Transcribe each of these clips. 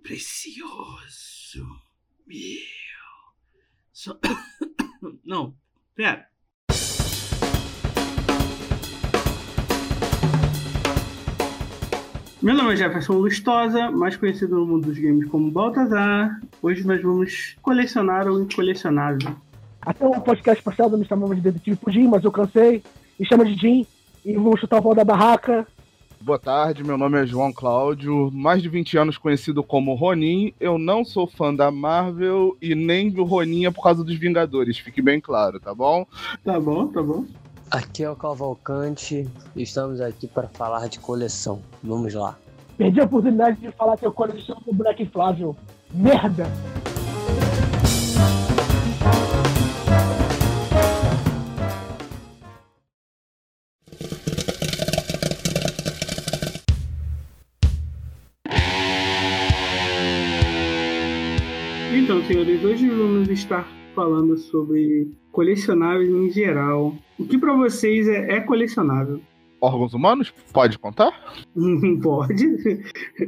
precioso. Meu. Não, pera. Meu nome é Jefferson Lustosa, mais conhecido no mundo dos games como Baltazar. Hoje nós vamos colecionar o incolecionável. Até o podcast passado me chamava de Detetive Pudim, mas eu cansei. Me chama de Jim e vamos chutar o pau da barraca. Boa tarde, meu nome é João Cláudio, mais de 20 anos conhecido como Ronin. Eu não sou fã da Marvel e nem do Ronin é por causa dos Vingadores, fique bem claro, tá bom? Tá bom. Aqui é o Cavalcante e estamos aqui para falar de coleção. Vamos lá. Perdi a oportunidade de falar que eu coleciono o boneco inflável. Merda! Então, senhores, hoje vamos estar falando sobre colecionáveis em geral. O que pra vocês é colecionável? Órgãos humanos? Pode contar? Pode.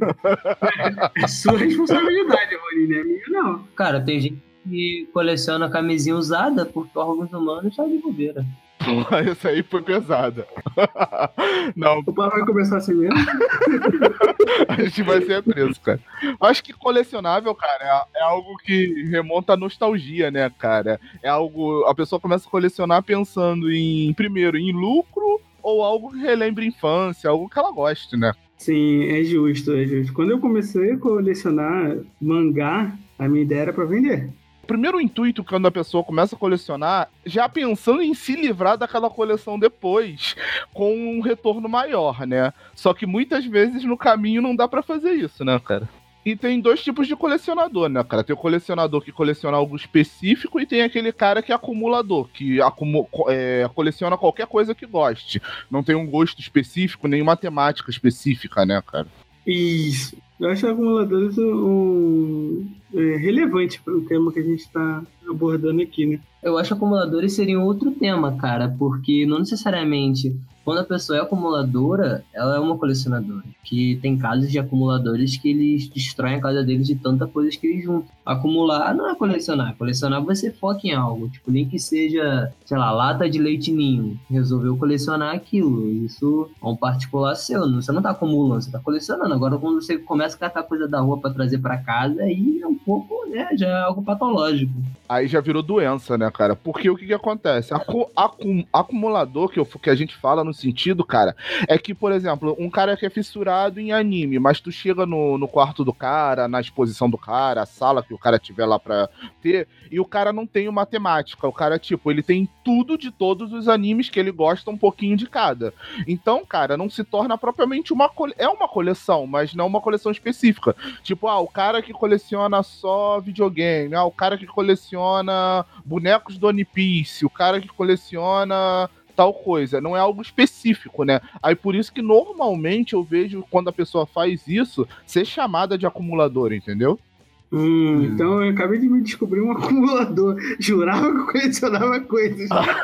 É sua responsabilidade, Ronin, não é minha, não. Cara, tem gente que coleciona camisinha usada porque órgãos humanos tá de bobeira. Essa aí foi pesada. Não. O pai vai começar assim mesmo? A gente vai ser preso, cara. Acho que colecionável, cara, é algo que remonta à nostalgia, né, cara? É algo... A pessoa começa a colecionar pensando primeiro, em lucro ou algo que relembre a infância, algo que ela goste, né? Sim, é justo. Quando eu comecei a colecionar mangá, a minha ideia era pra vender. O primeiro intuito quando a pessoa começa a colecionar, já pensando em se livrar daquela coleção depois, com um retorno maior, né? Só que muitas vezes no caminho não dá pra fazer isso, né, cara? E tem dois tipos de colecionador, né, cara? Tem o colecionador que coleciona algo específico e tem aquele cara que é acumulador, que coleciona qualquer coisa que goste. Não tem um gosto específico, nem uma temática específica, né, cara? Isso. Eu acho acumuladores relevante para o tema que a gente está abordando aqui, né? Eu acho que acumuladores seriam outro tema, cara, porque não necessariamente quando a pessoa é acumuladora, ela é uma colecionadora. Que tem casos de acumuladores que eles destroem a casa deles de tanta coisa que eles juntam. Acumular não é colecionar. Colecionar você foca em algo. Tipo, nem que seja, sei lá, lata de leite ninho. Resolveu colecionar aquilo. Isso é um particular seu. Você não tá acumulando, você tá colecionando. Agora, quando você começa a catar coisa da rua pra trazer pra casa, aí é um pouco, né, já é algo patológico. Aí já virou doença, né, cara? Porque o que acontece? Acumulador que a gente fala no sentido, cara, é que, por exemplo, um cara que é fissurado em anime, mas tu chega no quarto do cara, na exposição do cara, a sala que o cara tiver lá pra ter, e o cara não tem uma temática. O cara, tipo, ele tem tudo de todos os animes que ele gosta, um pouquinho de cada. Então, cara, não se torna propriamente é uma coleção, mas não uma coleção específica. Tipo, o cara que coleciona só videogame, o cara que coleciona bonecos do One Piece, o cara que coleciona tal coisa, não é algo específico, né? Aí por isso que normalmente eu vejo quando a pessoa faz isso, ser chamada de acumulador, entendeu? Então eu acabei de me descobrir um acumulador. Jurava que eu colecionava coisas.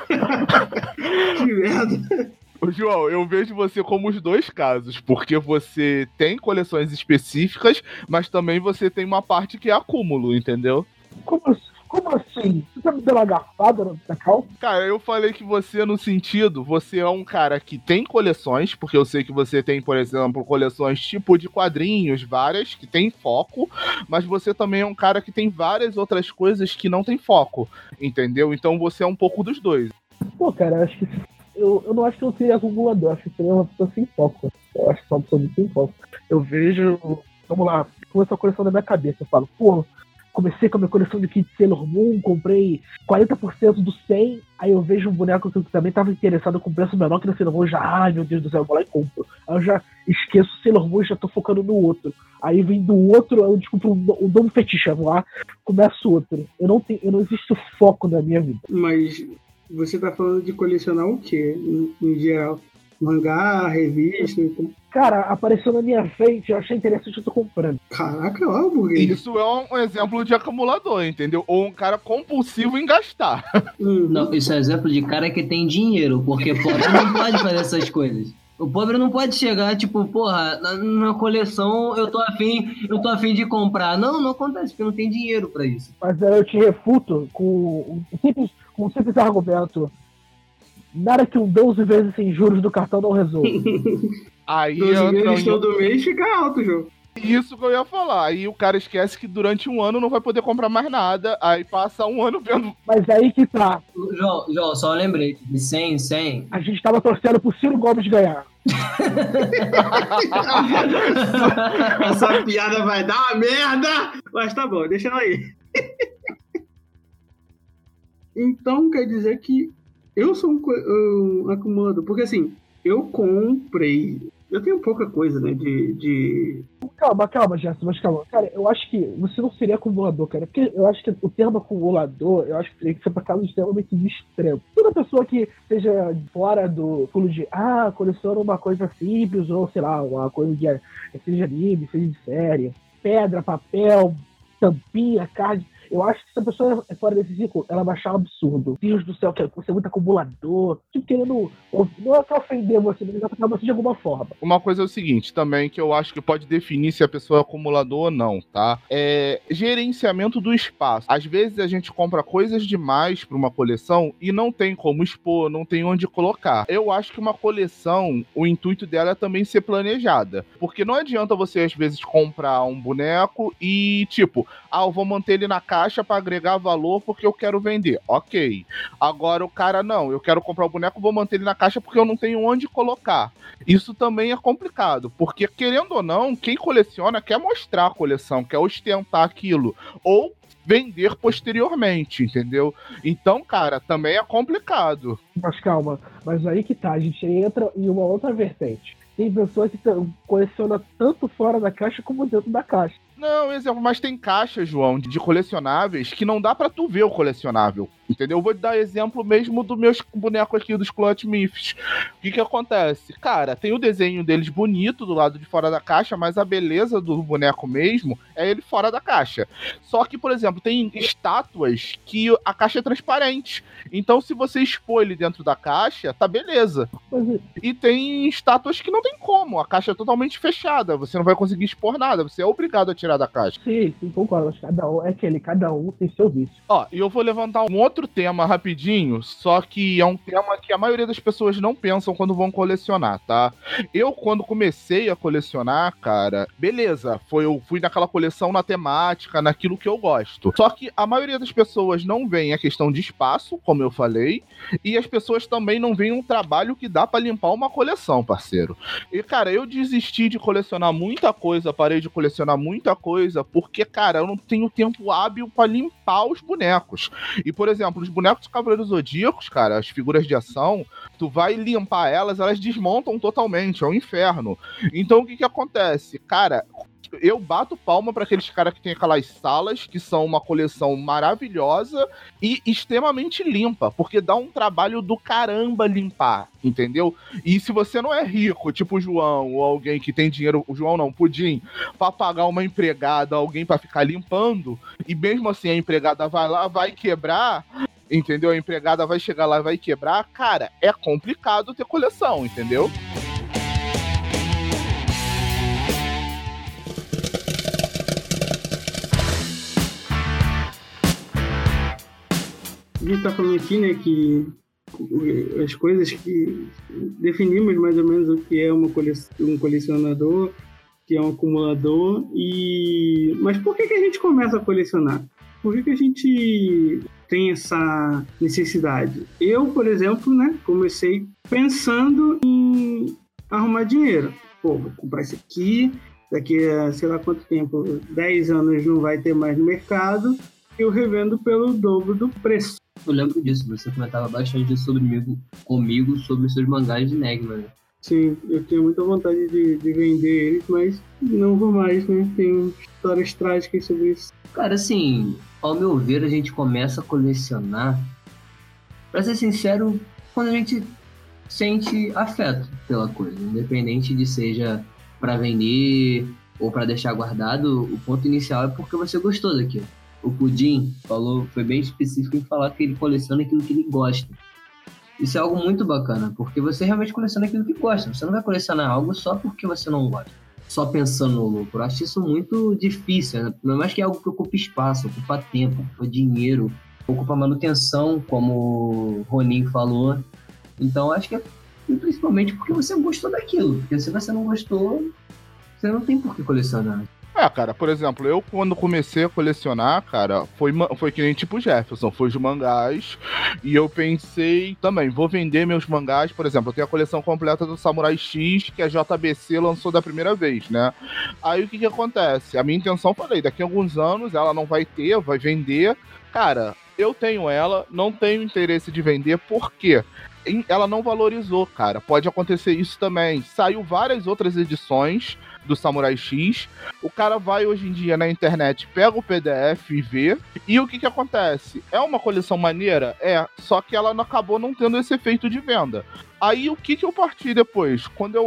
Que merda. João, eu vejo você como os dois casos, porque você tem coleções específicas, mas também você tem uma parte que é acúmulo, entendeu? Como assim? Você tá me dando uma garfada na calça? Cara, eu falei que você, no sentido, você é um cara que tem coleções, porque eu sei que você tem, por exemplo, coleções tipo de quadrinhos, várias, que tem foco, mas você também é um cara que tem várias outras coisas que não tem foco, entendeu? Então você é um pouco dos dois. Pô, cara, acho que eu não acho que eu seria acumulador, acho que seria uma pessoa sem foco. Eu acho que sou uma pessoa sem foco. Eu vejo, vamos lá, começa a coleção na minha cabeça, eu falo, pô, comecei com a minha coleção de kit Sailor Moon, comprei 40% do 100, aí eu vejo um boneco que eu também estava interessado com preço menor que no Sailor Moon, ai meu Deus do céu, eu vou lá e compro. Aí eu já esqueço o Sailor Moon e já tô focando no outro. Aí vem do outro, eu desculpo o novo fetiche, vamos lá, começa outro. Eu não existe foco na minha vida. Mas você tá falando de colecionar o quê, em geral? Mangá, revista? Cara, apareceu na minha frente, eu achei interessante, eu tô comprando. Caraca, ó, burguês. Isso é um exemplo de acumulador, entendeu? Ou um cara compulsivo em gastar. Não, isso é exemplo de cara que tem dinheiro, porque pobre não pode fazer essas coisas. O pobre não pode chegar, tipo, porra, na coleção eu tô afim de comprar. Não acontece, porque não tem dinheiro pra isso. Mas aí eu te refuto com um simples argumento. Nada que um 12 vezes sem juros do cartão não resolve. Aí 12 vezes todo mês fica alto o jogo. Isso que eu ia falar. Aí o cara esquece que durante um ano não vai poder comprar mais nada. Aí passa um ano vendo. Mas aí que tá. João, só lembrei. De 100. A gente tava torcendo pro Ciro Gomes ganhar. Essa piada vai dar uma merda! Mas tá bom, deixa ela aí. Então quer dizer que eu sou um acumulador. Porque assim, eu comprei. Eu tenho pouca coisa, né? Calma, Gerson, mas calma. Cara, eu acho que você não seria acumulador, cara. Porque eu acho que o termo acumulador, eu acho que teria que ser para casos extremamente extremos. Toda pessoa que seja fora do pulo de, coleciona uma coisa simples, ou sei lá, uma coisa de seja anime, seja de série, pedra, papel, tampinha, card. Eu acho que se a pessoa é fora desse ciclo, ela vai achar um absurdo. Deus do céu, que você é muito acumulador. Tipo, querendo. Não é só ofender você, mas atacar você de alguma forma. Uma coisa é o seguinte, também, que eu acho que pode definir se a pessoa é acumulador ou não, tá? É gerenciamento do espaço. Às vezes a gente compra coisas demais pra uma coleção e não tem como expor, não tem onde colocar. Eu acho que uma coleção, o intuito dela é também ser planejada. Porque não adianta você, às vezes, comprar um boneco e, tipo, eu vou manter ele na caixa para agregar valor porque eu quero vender. Ok. Agora o cara, não, eu quero comprar o boneco, vou manter ele na caixa porque eu não tenho onde colocar. Isso também é complicado, porque querendo ou não, quem coleciona quer mostrar a coleção, quer ostentar aquilo, ou vender posteriormente, entendeu? Então, cara, também é complicado. Mas calma, mas aí que tá, a gente entra em uma outra vertente. Tem pessoas que colecionam tanto fora da caixa como dentro da caixa. Não, exemplo, mas tem caixa, João, de colecionáveis que não dá pra tu ver o colecionável, entendeu? Eu vou te dar exemplo mesmo dos meus bonecos aqui dos Clutch Myths. O que acontece? Cara, tem o desenho deles bonito do lado de fora da caixa, mas a beleza do boneco mesmo é ele fora da caixa. Só que, por exemplo, tem estátuas que a caixa é transparente. Então, se você expor ele dentro da caixa, tá beleza. E tem estátuas que não tem como, a caixa é totalmente fechada, você não vai conseguir expor nada, você é obrigado a tirar da caixa. Sim, concordo. Cada um tem seu vício. Ó, e eu vou levantar um outro tema rapidinho, só que é um tema que a maioria das pessoas não pensam quando vão colecionar, tá? Eu, quando comecei a colecionar, cara, beleza, eu fui naquela coleção na temática, naquilo que eu gosto. Só que a maioria das pessoas não vê a questão de espaço, como eu falei, e as pessoas também não veem um trabalho que dá pra limpar uma coleção, parceiro. E, cara, eu desisti de colecionar muita coisa, parei de colecionar muita coisa, porque, cara, eu não tenho tempo hábil pra limpar os bonecos. E, por exemplo, os bonecos dos Cavaleiros Zodíacos, cara, as figuras de ação, tu vai limpar elas desmontam totalmente, é um inferno. Então, o que acontece? Cara, eu bato palma para aqueles caras que tem aquelas salas que são uma coleção maravilhosa e extremamente limpa, porque dá um trabalho do caramba limpar, entendeu? E se você não é rico, tipo o João, ou alguém que tem dinheiro, o João não, Pudim, pra pagar uma empregada, alguém para ficar limpando, e mesmo assim a empregada vai lá, vai quebrar, entendeu? A empregada vai chegar lá e vai quebrar, cara, é complicado ter coleção, entendeu? A gente tá falando aqui, né, que as coisas que definimos mais ou menos o que é um colecionador, que é um acumulador, mas por que a gente começa a colecionar? Por que a gente tem essa necessidade? Eu, por exemplo, né, comecei pensando em arrumar dinheiro. Pô, vou comprar isso aqui, daqui a sei lá quanto tempo, 10 anos não vai ter mais no mercado, eu revendo pelo dobro do preço. Eu lembro disso, você comentava bastante disso comigo sobre os seus mangás de Negma, né? Sim, eu tinha muita vontade de vender eles, mas não vou mais, né? Tem histórias trágicas sobre isso. Cara, assim, ao meu ver, a gente começa a colecionar, pra ser sincero, quando a gente sente afeto pela coisa, independente de seja pra vender ou pra deixar guardado, o ponto inicial é porque você gostou daquilo. O Pudim foi bem específico em falar que ele coleciona aquilo que ele gosta. Isso é algo muito bacana, porque você realmente coleciona aquilo que gosta. Você não vai colecionar algo só porque você não gosta, só pensando no lucro. Eu acho isso muito difícil, né? Não mais que é algo que ocupa espaço, ocupa tempo, ocupa dinheiro, ocupa manutenção, como o Ronin falou. Então, acho que é principalmente porque você gostou daquilo. Porque se você não gostou, você não tem por que colecionar. Cara, por exemplo, eu quando comecei a colecionar, cara, foi que nem tipo Jefferson, foi os mangás, e eu pensei também, vou vender meus mangás, por exemplo, eu tenho a coleção completa do Samurai X, que a JBC lançou da primeira vez, né? Aí o que acontece? A minha intenção, falei, daqui a alguns anos ela não vai ter, vai vender. Cara, eu tenho ela, não tenho interesse de vender, por quê? Ela não valorizou, cara. Pode acontecer isso também. Saiu várias outras edições do Samurai X. O cara vai hoje em dia na internet, pega o PDF e vê. E o que acontece? É uma coleção maneira? É. Só que ela acabou não tendo esse efeito de venda. Aí o que eu parti depois? Quando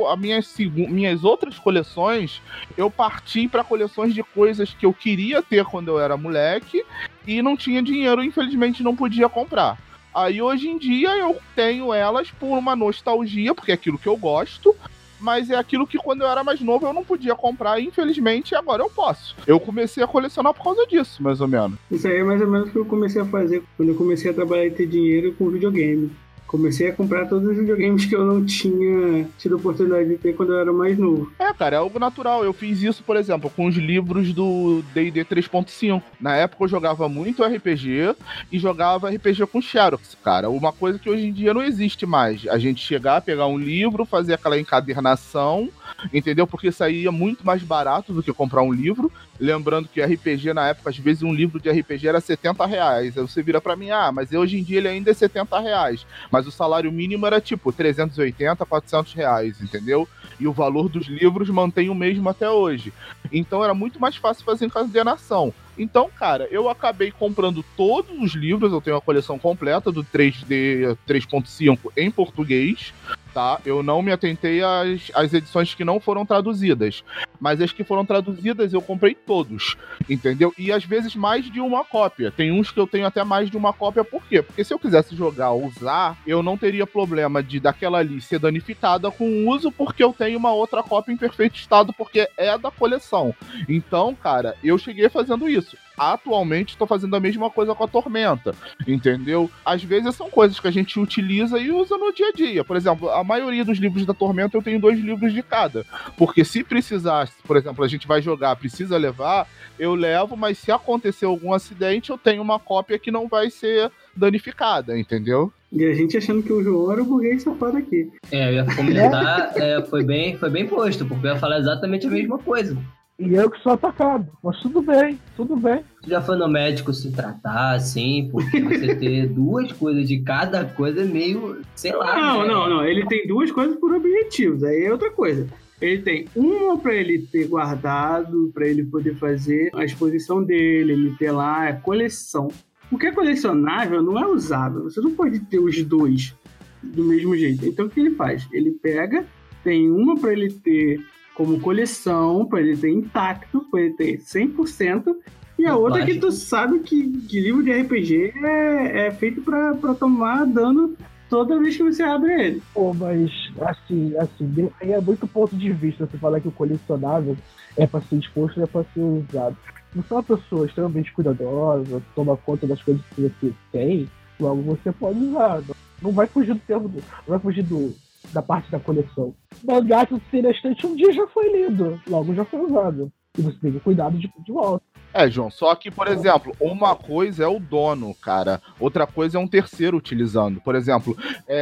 minhas outras coleções, eu parti para coleções de coisas que eu queria ter quando eu era moleque e não tinha dinheiro, infelizmente não podia comprar. Aí hoje em dia eu tenho elas por uma nostalgia, porque é aquilo que eu gosto, mas é aquilo que quando eu era mais novo eu não podia comprar, e infelizmente agora eu posso. Eu comecei a colecionar por causa disso, mais ou menos. Isso aí é mais ou menos o que eu comecei a fazer quando eu comecei a trabalhar e ter dinheiro com videogame. Comecei a comprar todos os videogames que eu não tinha tido oportunidade de ter quando eu era mais novo. Cara, é algo natural. Eu fiz isso, por exemplo, com os livros do D&D 3.5. Na época eu jogava muito RPG e jogava RPG com Xerox, cara. Uma coisa que hoje em dia não existe mais. A gente chegar, pegar um livro, fazer aquela encadernação, entendeu? Porque saía muito mais barato do que comprar um livro. Lembrando que RPG, na época, às vezes um livro de RPG era R$70. Aí você vira pra mim, mas hoje em dia ele ainda é R$70. Mas o salário mínimo era tipo 380, R$400, entendeu? E o valor dos livros mantém o mesmo até hoje. Então era muito mais fácil fazer encadernação. Então, cara, eu acabei comprando todos os livros, eu tenho a coleção completa do 3D 3.5 em português, tá? Eu não me atentei às edições que não foram traduzidas, mas as que foram traduzidas eu comprei todos, entendeu? E às vezes mais de uma cópia. Tem uns que eu tenho até mais de uma cópia, por quê? Porque se eu quisesse jogar ou usar, eu não teria problema daquela ali ser danificada com o uso, porque eu tenho uma outra cópia em perfeito estado, porque é da coleção. Então, cara, eu cheguei fazendo isso. Atualmente estou fazendo a mesma coisa com a Tormenta, entendeu? Às vezes são coisas que a gente utiliza e usa no dia a dia. Por exemplo, a maioria dos livros da Tormenta eu tenho 2 livros de cada. Porque se precisar, por exemplo, a gente vai jogar, precisa levar, eu levo, mas se acontecer algum acidente, eu tenho uma cópia que não vai ser danificada, entendeu? E a gente achando que o João era o burguês safado aqui. Eu ia comentar, foi bem posto, porque eu ia falar exatamente a mesma coisa. E eu que sou atacado. Mas tudo bem, tudo bem. Tu já foi no médico se tratar, assim, porque você ter 2 coisas de cada coisa é meio, sei lá. Não. Ele tem 2 coisas por objetivos. Aí é outra coisa. Ele tem uma para ele ter guardado, para ele poder fazer a exposição dele, ele ter lá a coleção. O que é colecionável não é usável. Você não pode ter os 2 do mesmo jeito. Então o que ele faz? Ele pega, tem uma para ele ter como coleção, para ele ter intacto, para ele ter 100%, e a outra que tu sabe que livro de RPG é feito para tomar dano toda vez que você abre ele. Pô, mas assim, aí é muito ponto de vista você falar que o colecionável é para ser exposto e é para ser usado. Se você é uma pessoa extremamente cuidadosa, toma conta das coisas que você tem, logo você pode usar. Não vai fugir do termo, não vai fugir da parte da coleção. O mangá que você tem na estante um dia já foi lido, logo já foi usado. E você tem que cuidar de volta. João, só que, por exemplo, uma coisa é o dono, cara. Outra coisa é um terceiro utilizando. Por exemplo,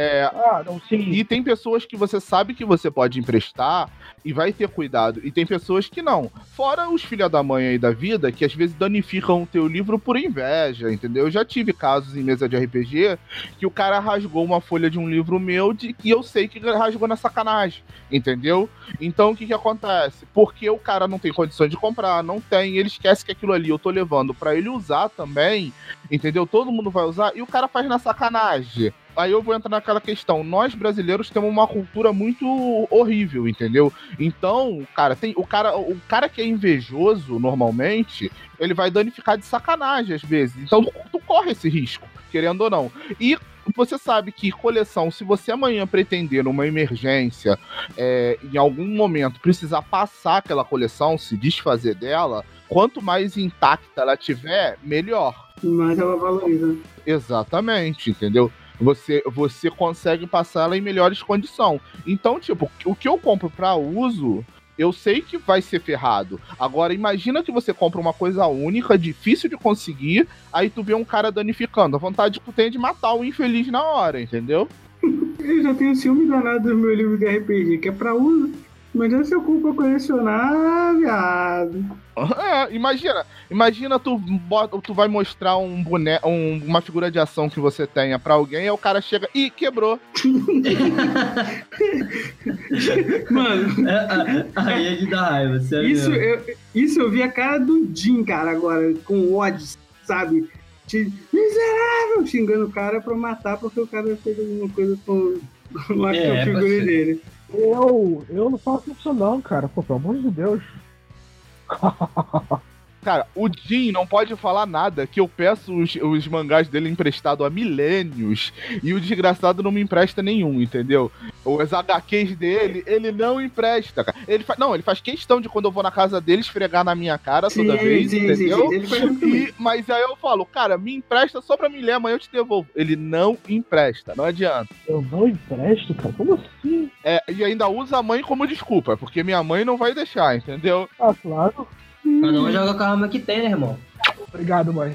e tem pessoas que você sabe que você pode emprestar e vai ter cuidado. E tem pessoas que não. Fora os filha da mãe aí da vida, que às vezes danificam o teu livro por inveja, entendeu? Eu já tive casos em mesa de RPG que o cara rasgou uma folha de um livro meu e eu sei que rasgou na sacanagem, entendeu? Então, o que acontece? Porque o cara não tem condições de comprar, não tem, ele esquece que aquilo ali eu tô levando pra ele usar também, entendeu? Todo mundo vai usar e o cara faz na sacanagem. Aí eu vou entrar naquela questão, nós brasileiros temos uma cultura muito horrível, entendeu? Então, cara, o cara que é invejoso, normalmente, ele vai danificar de sacanagem às vezes. Então tu corre esse risco, querendo ou não. E Você sabe que coleção, se você amanhã pretender numa emergência, em algum momento precisar passar aquela coleção, se desfazer dela, quanto mais intacta ela tiver, melhor. Mais ela valoriza. Exatamente, entendeu? Você consegue passar ela em melhores condições. Então, tipo, o que eu compro pra uso, eu sei que vai ser ferrado. Agora, imagina que você compra uma coisa única, difícil de conseguir, aí tu vê um cara danificando. A vontade que tu tem é de matar o infeliz na hora, entendeu? Eu já tenho ciúme danado do meu livro de RPG, que é pra uso. Imagina se eu compro pra colecionar, viado. Imagina tu vai mostrar um boneco, uma figura de ação que você tenha pra alguém, e o cara chega e quebrou. Mano, aí é de dar raiva, sério. Isso eu vi a cara do Jim, cara, agora, com ódio, sabe? Miserável! Xingando o cara pra matar porque o cara fez alguma coisa com a figura dele. Eu não faço isso não, cara. Pô, pelo amor de Deus. Cara, o Jim não pode falar nada, que eu peço os mangás dele emprestado há milênios e o desgraçado não me empresta nenhum, entendeu? Os HQs dele, ele não empresta, cara. Ele faz questão de, quando eu vou na casa dele, esfregar na minha cara toda vez, entendeu? Sim. Mas aí eu falo, cara, me empresta só pra me ler, amanhã eu te devolvo. Ele não empresta, não adianta. Eu não empresto, cara? Como assim? E ainda usa a mãe como desculpa, porque minha mãe não vai deixar, entendeu? Ah, claro. Cada um joga com a arma que tem, né, irmão? Obrigado, mãe.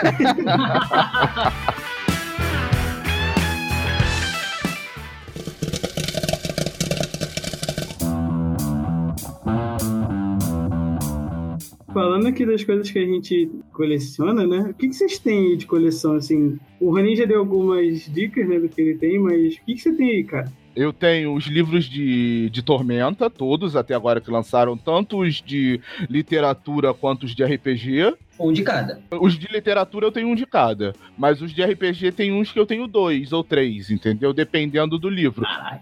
Falando aqui das coisas que a gente coleciona, né? O que vocês têm de coleção, assim? O Ronin já deu algumas dicas, né, do que ele tem, mas o que você tem aí, cara? Eu tenho os livros de Tormenta, todos até agora que lançaram, tanto os de literatura quanto os de RPG. Um de cada. Os de literatura eu tenho um de cada, mas os de RPG tem uns que eu tenho 2 ou 3, entendeu? Dependendo do livro.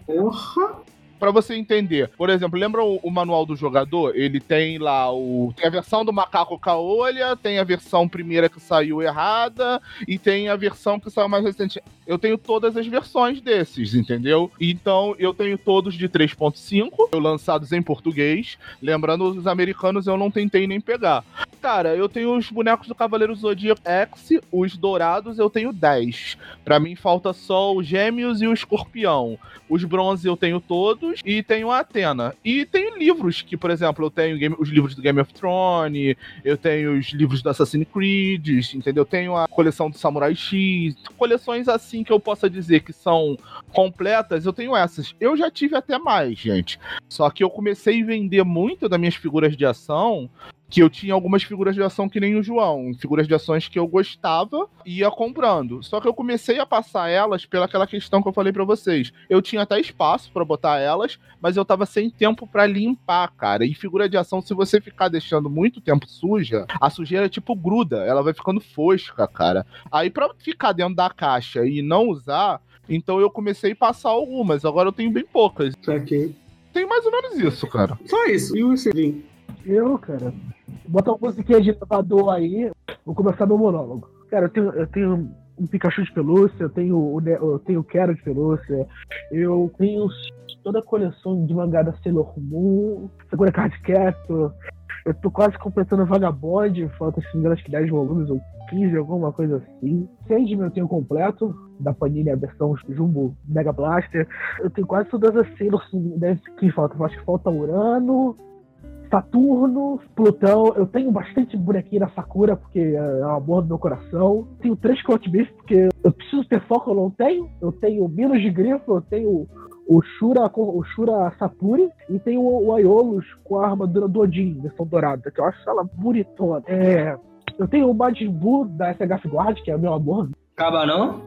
Porra! Pra você entender, por exemplo, lembra o manual do jogador? Ele tem lá tem a versão do macaco caolha, tem a versão primeira que saiu errada e tem a versão que saiu mais recente. Eu tenho todas as versões desses, entendeu? Então, eu tenho todos de 3.5, lançados em português. Lembrando, os americanos eu não tentei nem pegar. Cara, eu tenho os bonecos do Cavaleiro Zodíaco X, os dourados eu tenho 10. Pra mim falta só os Gêmeos e o Escorpião. Os bronze eu tenho todos e tenho a Atena. E tenho livros que, por exemplo, eu tenho os livros do Game of Thrones, eu tenho os livros do Assassin's Creed, entendeu? Eu tenho a coleção do Samurai X, coleções assim que eu possa dizer que são completas, eu tenho essas. Eu já tive até mais, gente. Só que eu comecei a vender muito das minhas figuras de ação, que eu tinha algumas figuras de ação que nem o João, figuras de ações que eu gostava e ia comprando. Só que eu comecei a passar elas pelaquela questão que eu falei pra vocês. Eu tinha até espaço pra botar elas, mas eu tava sem tempo pra limpar, cara. E figura de ação, se você ficar deixando muito tempo suja, a sujeira tipo gruda, ela vai ficando fosca, cara. Aí pra ficar dentro da caixa e não usar, então eu comecei a passar algumas. Agora eu tenho bem poucas. Ok. Tem mais ou menos isso, cara. Só isso. E você, Jim? Cara, bota uma musiquinha de elevador aí, vou começar meu monólogo. Cara, eu tenho um Pikachu de pelúcia, eu tenho o Quero de pelúcia, eu tenho toda a coleção de mangá da Sailor Moon, Sakura Card Captor, eu tô quase completando Vagabond, falta acho que 10 volumes ou 15, alguma coisa assim. Sandman eu tenho completo, da Panini, a versão Jumbo Mega Blaster. Eu tenho quase todas as Sailor Moon, que falta, acho que falta Urano, Saturno, Plutão. Eu tenho bastante bonequinho da Sakura, porque é o amor do meu coração. Tenho 3 Clout Beast, porque eu preciso ter foco, eu não tenho. Eu tenho Minos de Grifo, eu tenho o Shura Sapuri, e tenho o Aiolos com a armadura do Odin, versão dourada, que eu acho ela bonitona. Eu tenho o Majin Buu da SH Guard, que é o meu amor. Acaba não?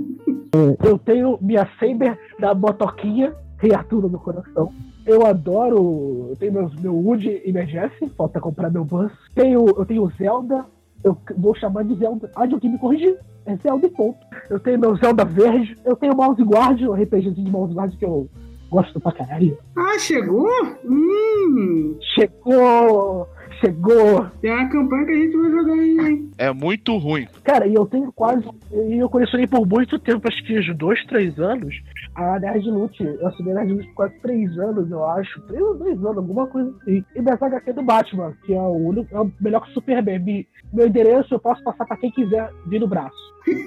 Eu tenho minha Saber da Motoquinha, Rei Arthur no meu coração. Eu adoro. Eu tenho meu Woody e minha Jessie, falta comprar meu Buzz. Eu tenho Zelda, eu vou chamar de Zelda. De alguém me corrigir. É Zelda e ponto. Eu tenho meu Zelda verde, eu tenho Mouse Guard, um RPGzinho de Mouse Guard que eu gosto pra caralho. Chegou? Chegou! Tem uma campanha que a gente vai jogar aí, hein? É muito ruim. Cara, e eu tenho quase. E eu colecionei por muito tempo, acho que uns 2, 3 anos. A Nerd Loot. Eu assinei a Nerd Loot por quase 3 anos, eu acho. 3 ou 2 anos, alguma coisa assim. E minha HQ do Batman, que é o único, é o melhor que o Superman. Meu endereço eu posso passar pra quem quiser vir no braço.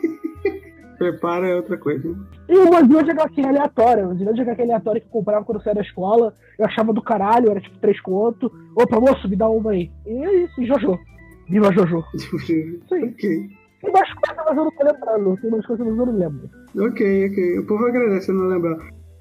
Prepara é outra coisa. E uma linha de HQ aleatória. Uma linha de HQ aleatória que eu comprava quando eu saía da escola. Eu achava do caralho, era tipo 3 conto. Opa, moço, me dá uma aí. E é isso, Jojo. Viva Jojo. Isso aí. Ok. Tem mais coisas, mas eu não tô lembrando. Tem mais coisas, mas eu não lembro. Ok. O povo agradece, eu não lembrar.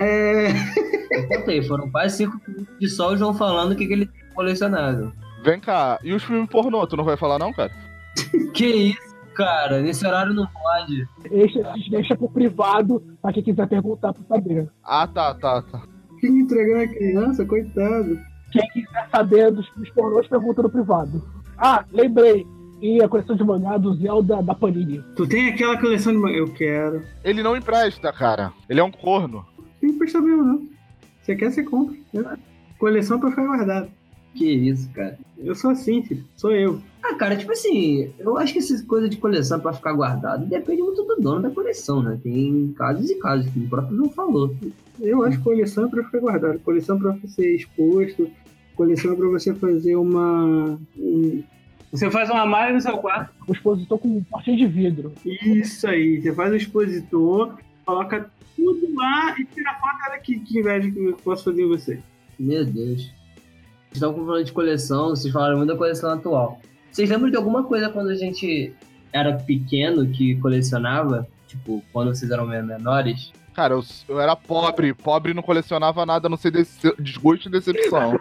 Eu contei, foram quase 5 minutos de só o João falando o que ele tem colecionado. Vem cá, e os filmes pornô, tu não vai falar não, cara? Que isso, cara? Nesse horário não pode. Deixa pro privado pra quem quiser perguntar pra saber. Ah, tá. Quem entregou a criança, coitado. Quem quiser saber dos pornôs, pergunta no privado. Ah, lembrei. E a coleção de mangá do Zelda da Panini. Tu tem aquela coleção de mangá? Eu quero. Ele não empresta, cara. Ele é um corno. Tem que prestar mesmo, não. Você quer, você compra. Coleção pra ficar guardado. Que isso, cara. Eu sou assim, filho. Sou eu. Ah, cara, tipo assim, eu acho que essa coisa de coleção pra ficar guardado depende muito do dono da coleção, né? Tem casos e casos, que o próprio João falou. Eu acho que coleção é pra ficar guardado. Coleção pra ser exposto. Coleção é pra você fazer uma... Você faz uma malha no seu quarto. O expositor com um portinho de vidro. Isso aí. Você faz o expositor, coloca tudo lá e tira a foto. Olha que inveja que eu posso fazer em você. Meu Deus. Vocês estavam falando de coleção, vocês falaram muito da coleção atual. Vocês lembram de alguma coisa quando a gente era pequeno que colecionava? Tipo, quando vocês eram menores? Cara, eu era pobre. Pobre não colecionava nada, a não ser desgosto e decepção.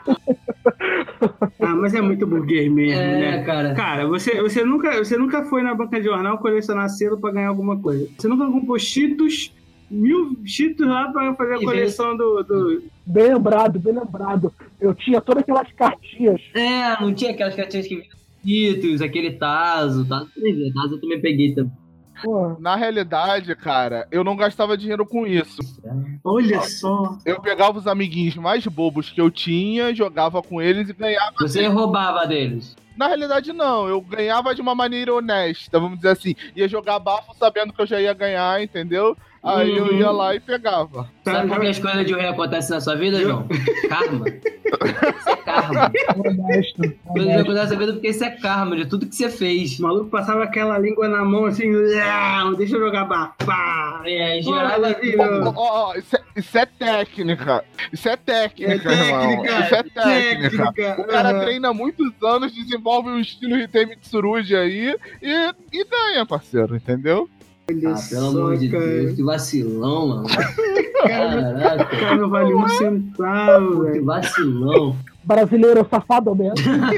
Mas é muito burguês mesmo, né? Cara. Cara, você nunca foi na banca de jornal colecionar selo pra ganhar alguma coisa. Você nunca comprou Cheetos, 1000 Cheetos lá pra fazer a coleção do... Bem lembrado. Eu tinha todas aquelas cartinhas. Não tinha aquelas cartinhas que vinham Cheetos, aquele Tazo eu também peguei também. Pô. Na realidade, cara, eu não gastava dinheiro com isso. Olha só. Eu pegava os amiguinhos mais bobos que eu tinha, jogava com eles e ganhava. Você roubava deles? Na realidade, não. Eu ganhava de uma maneira honesta, vamos dizer assim. Ia jogar bafo sabendo que eu já ia ganhar, entendeu? Aí eu ia lá e pegava. Sabe por que as coisas de ruim acontecem na sua vida, João? Karma. Isso é karma. Honesto. Coisas acontecem na sua vida porque isso é karma, de tudo que você fez. O maluco passava aquela língua na mão assim, deixa eu jogar bafo. Gerava... Isso é técnica. Isso é técnica, irmão. Isso é técnica. O cara treina muitos anos, desenvolve um estilo Hitei Mitsurugi aí e ganha, parceiro, entendeu? Pelo amor de Deus, que vacilão, mano. Caraca. O cara não vale um centavo, velho. Que vacilão. Brasileiro safado mesmo.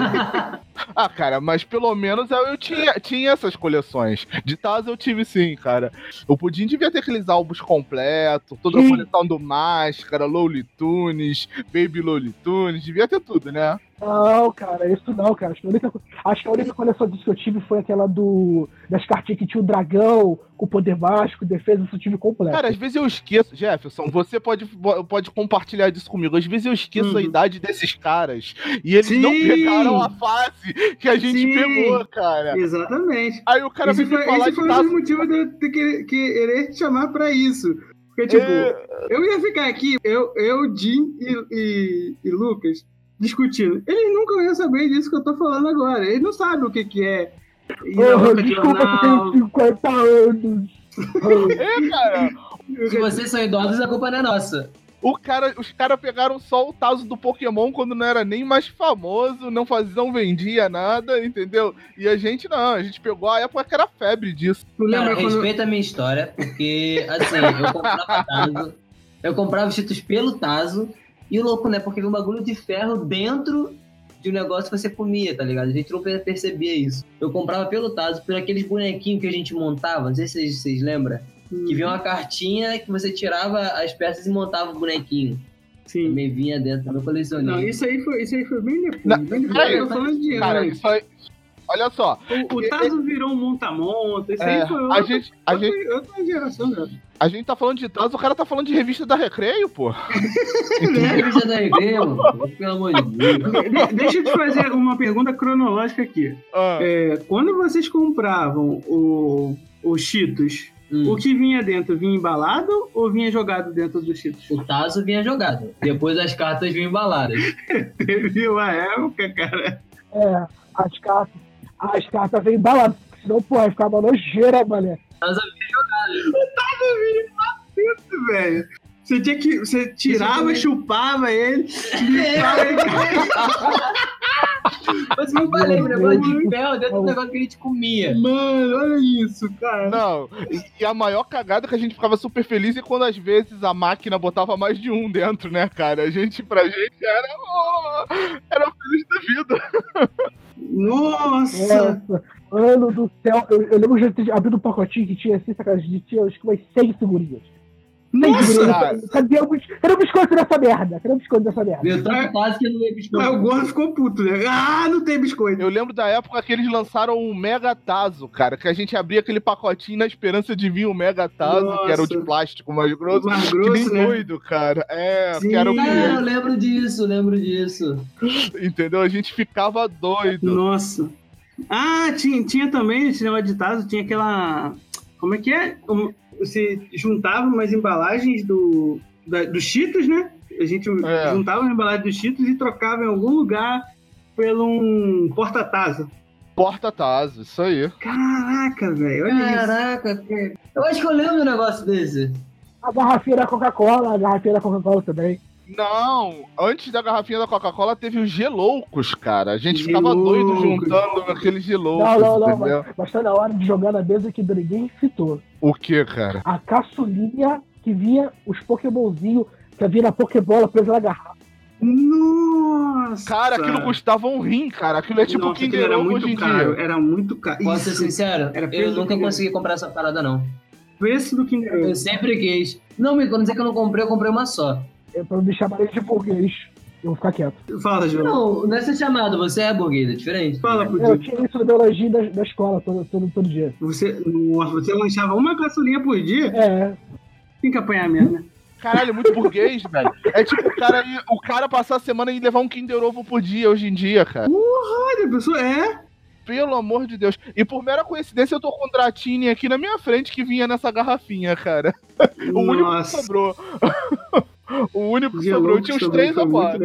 Cara, mas pelo menos eu tinha essas coleções. De Tazo eu tive sim, cara. O Pudim devia ter aqueles álbuns completos, toda a coleção do Máscara, Looney Tunes, Baby Looney Tunes, devia ter tudo, né? Não, cara, isso não, cara. Acho que a única coleção disso que eu tive foi aquela das cartinhas que tinha o dragão, com poder mágico, defesa, isso eu tive completo. Cara, às vezes eu esqueço, Jefferson, você pode compartilhar disso comigo. Às vezes eu esqueço a idade desses caras e eles não pegaram a fase que a gente pegou, cara. Exatamente. Aí o cara veio me falar de Tazo. Esse foi o motivo de eu querer te chamar pra isso. Porque, tipo, eu ia ficar aqui, eu Jim e Lucas, discutindo. Eles nunca iam saber disso que eu tô falando agora. Eles não sabem o que é. Desculpa, eu tenho 50 anos. Cara. Se vocês são idosos, a culpa não é nossa. Os caras pegaram só o Tazo do Pokémon quando não era nem mais famoso, não vendia nada, entendeu? E a gente não, a gente pegou a época que era febre disso. Cara, respeita a minha história, porque, assim, eu comprava Tazo, eu comprava os Cheetos pelo Tazo, e o louco, né, porque havia um bagulho de ferro dentro de um negócio que você comia, tá ligado? A gente não percebia isso. Eu comprava pelo Tazo, por aqueles bonequinhos que a gente montava, não sei se vocês lembram. Que vinha uma cartinha que você tirava as peças e montava o bonequinho. Sim. Também vinha dentro do meu colecionismo. Não, isso aí foi bem depois. Eu tô falando de cara, olha só. O Tazo virou um monta-monta. Isso aí foi outra geração, cara. A gente tá falando de Tazo, o cara tá falando de revista da Recreio, pô. Revista da Recreio, mano. Pelo amor de Deus. Deixa eu te fazer uma pergunta cronológica aqui. Quando vocês compravam o Cheetos, o que vinha dentro? Vinha embalado ou vinha jogado dentro do Cheetos? O Tazo vinha jogado. Depois as cartas vinham embaladas. Teve uma época, cara. As cartas vêm embaladas. Senão, pô, ficava nojeira, mané. O Tazo vinha jogado. O Tazo vinha embaladas, velho. Você tirava, chupava ele, limpava ele. Você não falei, o negócio de fel dentro do negócio que a gente comia. Mano, olha isso, cara. Não, e a maior cagada que a gente ficava super feliz é quando às vezes a máquina botava mais de um dentro, né, cara? Pra gente era o feliz da vida. Nossa! Mano do céu, eu lembro de ter abrido um pacotinho que tinha assim, sacanagem, tinha acho que umas 100 figurinhas. Nossa! Cadê o biscoito dessa merda? Meu tanto quase que não é biscoito. Aí o gordo ficou puto, né? Ah, não tem biscoito. Eu lembro da época que eles lançaram o Mega Tazo, cara, que a gente abria aquele pacotinho na esperança de vir o Mega Tazo, que era o de plástico mais grosso. Que nem né? doido, cara. Sim. Que era o eu lembro disso. Entendeu? A gente ficava doido. Nossa. Ah, tinha também esse negócio de Tazo, tinha aquela... Como é que é? Você juntava umas embalagens do Cheetos, né? A gente juntava uma embalagem dos Cheetos e trocava em algum lugar pelo um porta-tazo. Porta-tazo, isso aí. Caraca, velho, olha isso. Caraca, eu acho que eu lembro de um negócio desse. A garrafinha da Coca-Cola também. Não, antes da garrafinha da Coca-Cola teve os geloucos, cara. A gente ficava doido juntando aqueles geloucos. Não, mas tá na hora de jogar na mesa que ninguém citou. O que, cara? A caçulinha que vinha os pokémonzinhos que havia na Pokébola presa na garrafa. Nossa! Cara, aquilo custava um rim, cara. Aquilo é tipo Kinder Ovo hoje em dia. Era muito caro. Posso ser sincero? Eu nunca consegui comprar essa parada, não. Preço do Kinder Ovo. Eu sempre quis. Não, quando dizer que eu não comprei, eu comprei uma só. Pra não me chamarem de burguês. Eu vou ficar quieto. Fala, João. Não é ser chamado, você é burguês, é diferente. Fala, eu tinha isso no biologia da escola todo dia. Você lanchava uma caçulinha por dia? É. Tem que apanhar mesmo, né? Caralho, muito burguês, velho. É tipo o cara passar a semana e levar um Kinder Ovo por dia hoje em dia, cara. Porra, a pessoa Pelo amor de Deus. E por mera coincidência eu tô com um Dratini aqui na minha frente que vinha nessa garrafinha, cara. O único que sobrou. O único que sobrou. Tinha uns 3 ou 4.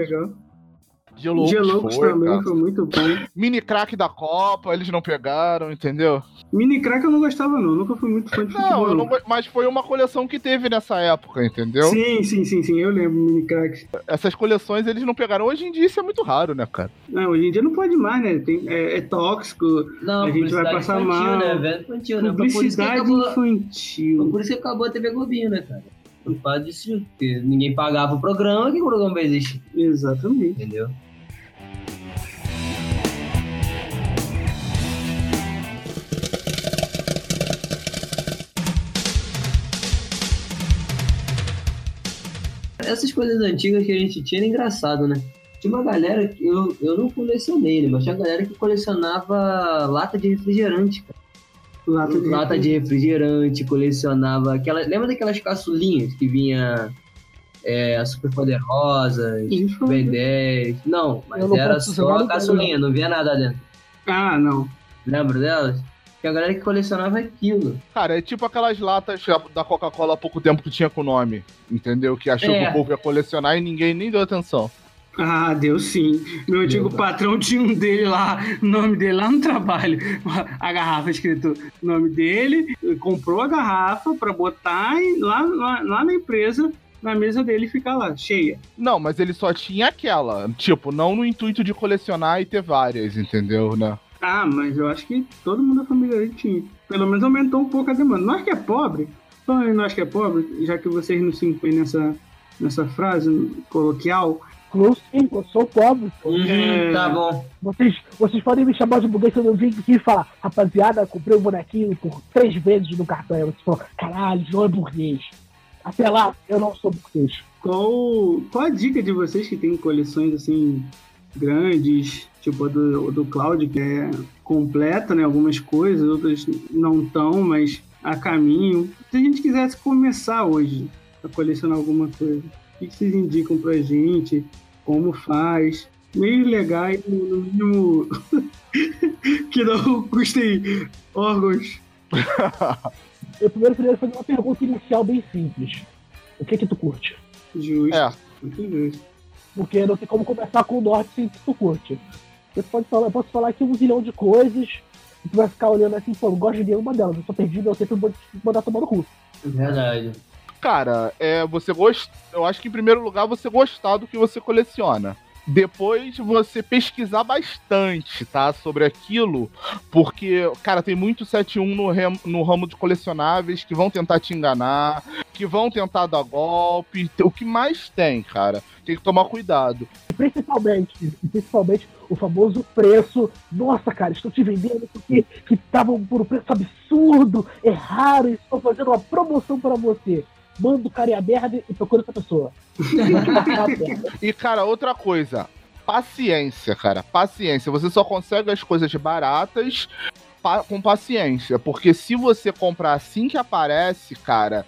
Geloucos também cara. Foi muito bom. Mini crack da Copa, eles não pegaram, entendeu? Mini crack eu não gostava, não. Nunca fui muito fã de futebol. Não, mas foi uma coleção que teve nessa época, entendeu? Sim, eu lembro mini crack. Essas coleções eles não pegaram. Hoje em dia isso é muito raro, né, cara? Não, hoje em dia não pode mais, né? É tóxico. Não, a gente vai passar mal. Infantil, né? Publicidade infantil. Por isso que acabou a TV Globinho, né, cara? Por causa disso, porque ninguém pagava o programa, que o programa vai existir. Exatamente. Entendeu? Essas coisas antigas que a gente tinha era engraçado, né? Tinha uma galera que eu não colecionei, né? Mas tinha uma galera que colecionava lata de refrigerante, cara. Lata de refrigerante, colecionava lembra daquelas caçulinhas que vinha a Super Poderosa, B10? Não, mas era só a caçulinha, não vinha nada dentro. Ah, não. Lembra delas? Tinha a galera que colecionava aquilo. Cara, é tipo aquelas latas da Coca-Cola há pouco tempo que tinha com nome, entendeu? Que achou que o povo ia colecionar e ninguém nem deu atenção. Ah, deu sim. Meu antigo patrão tinha um dele lá, o nome dele lá no trabalho. A garrafa escrito nome dele, comprou a garrafa pra botar lá na empresa, na mesa dele e ficar lá, cheia. Não, mas ele só tinha aquela. Tipo, não no intuito de colecionar e ter várias, entendeu, né? Ah, mas eu acho que todo mundo da família dele tinha. Pelo menos aumentou um pouco a demanda. Nós que é pobre, falando nós que é pobre, já que vocês não se incluem nessa frase coloquial... Sim, eu sou pobre. Tá bom. Vocês podem me chamar de burguês quando eu vim aqui e falar, rapaziada, comprei um bonequinho por 3 vezes no cartão. Aí você falou, caralho, João é burguês. Até lá, eu não sou burguês. Qual a dica de vocês que tem coleções assim grandes, tipo a do Cloud, que é completa, né? Algumas coisas, outras não tão, mas a caminho. Se a gente quisesse começar hoje a colecionar alguma coisa, o que vocês indicam pra gente? Como faz? Meios legais, no mínimo, que não custem órgãos. Eu primeiro fazer uma pergunta inicial bem simples. O que tu curte? Justo. Muito justo. Porque não tem como começar com o norte sem que tu curte. Eu posso falar aqui 1 zilhão de coisas, e tu vai ficar olhando assim, pô, não gosto de nenhuma delas, eu só perdi meu tempo e vou te mandar tomar no cu. Verdade. Cara, eu acho que em primeiro lugar você gostar do que você coleciona. Depois você pesquisar bastante, tá? Sobre aquilo, porque, cara, tem muito 7-1 no ramo de colecionáveis que vão tentar te enganar, que vão tentar dar golpe. O que mais tem, cara? Tem que tomar cuidado. Principalmente o famoso preço. Nossa, cara, estou te vendendo porque que estavam por um preço absurdo, é raro, e estou fazendo uma promoção para você. Manda o cara e a merda e procura essa pessoa. E, cara, outra coisa. Paciência, cara. Paciência. Você só consegue as coisas baratas com paciência. Porque se você comprar assim que aparece, cara...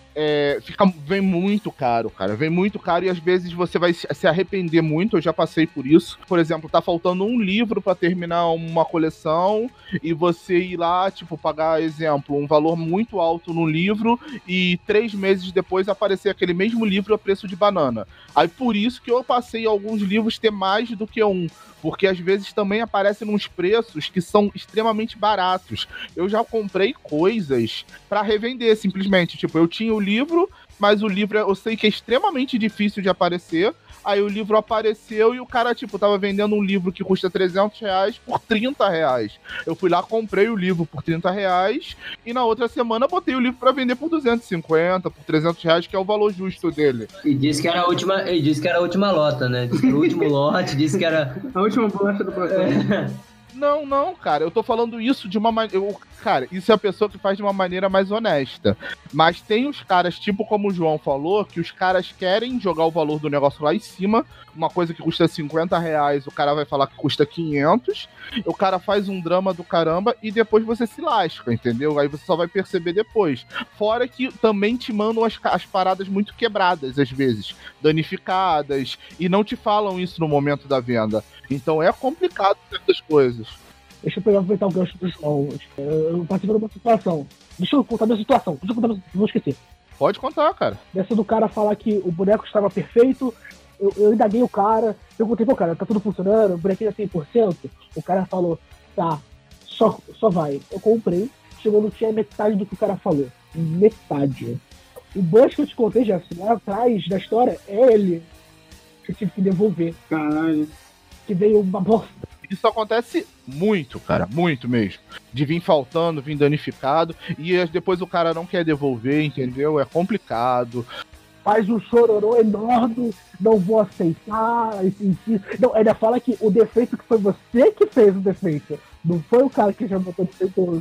vem muito caro, cara. Vem muito caro e às vezes você vai se arrepender muito. Eu já passei por isso. Por exemplo, tá faltando um livro pra terminar uma coleção e você ir lá, tipo, pagar, exemplo, um valor muito alto no livro e 3 meses depois aparecer aquele mesmo livro a preço de banana. Aí por isso que eu passei alguns livros ter mais do que um. Porque às vezes também aparecem uns preços que são extremamente baratos. Eu já comprei coisas pra revender, simplesmente. Tipo, eu tinha o livro, mas o livro eu sei que é extremamente difícil de aparecer. Aí o livro apareceu e o cara, tipo, tava vendendo um livro que custa R$300 por R$30. Eu fui lá, comprei o livro por R$30 e na outra semana botei o livro pra vender por 250, por R$300, que é o valor justo dele. E disse que era a última lota, né? Disse que era o último lote, disse que era... A última bolacha do pacote. Não, cara, eu tô falando isso de uma maneira... Cara, isso é a pessoa que faz de uma maneira mais honesta. Mas tem os caras, tipo como o João falou, que os caras querem jogar o valor do negócio lá em cima. Uma coisa que custa R$50, o cara vai falar que custa 500. O cara faz um drama do caramba e depois você se lasca, entendeu? Aí você só vai perceber depois. Fora que também te mandam as paradas muito quebradas, às vezes. Danificadas. E não te falam isso no momento da venda. Então é complicado certas coisas. Deixa eu aproveitar o gancho do João. Eu participei de uma situação. Deixa eu contar minha situação. Vou esquecer. Pode contar, cara. Dessa do cara falar que o boneco estava perfeito. Eu indaguei o cara. Perguntei pro cara, tá tudo funcionando? O bonequinho é 100%? O cara falou, tá, só vai. Eu comprei. Chegou, não tinha metade do que o cara falou. Metade. O Bush que eu te contei, já lá atrás da história, é ele que eu tive que devolver. Caralho. Que veio uma bosta. Isso acontece muito, cara, muito mesmo. De vir faltando, vir danificado, e depois o cara não quer devolver, entendeu? É complicado. Faz um chororô enorme, não vou aceitar. Não, ainda fala que o defeito que foi você que fez o defeito. Não foi o cara que já botou defeituoso.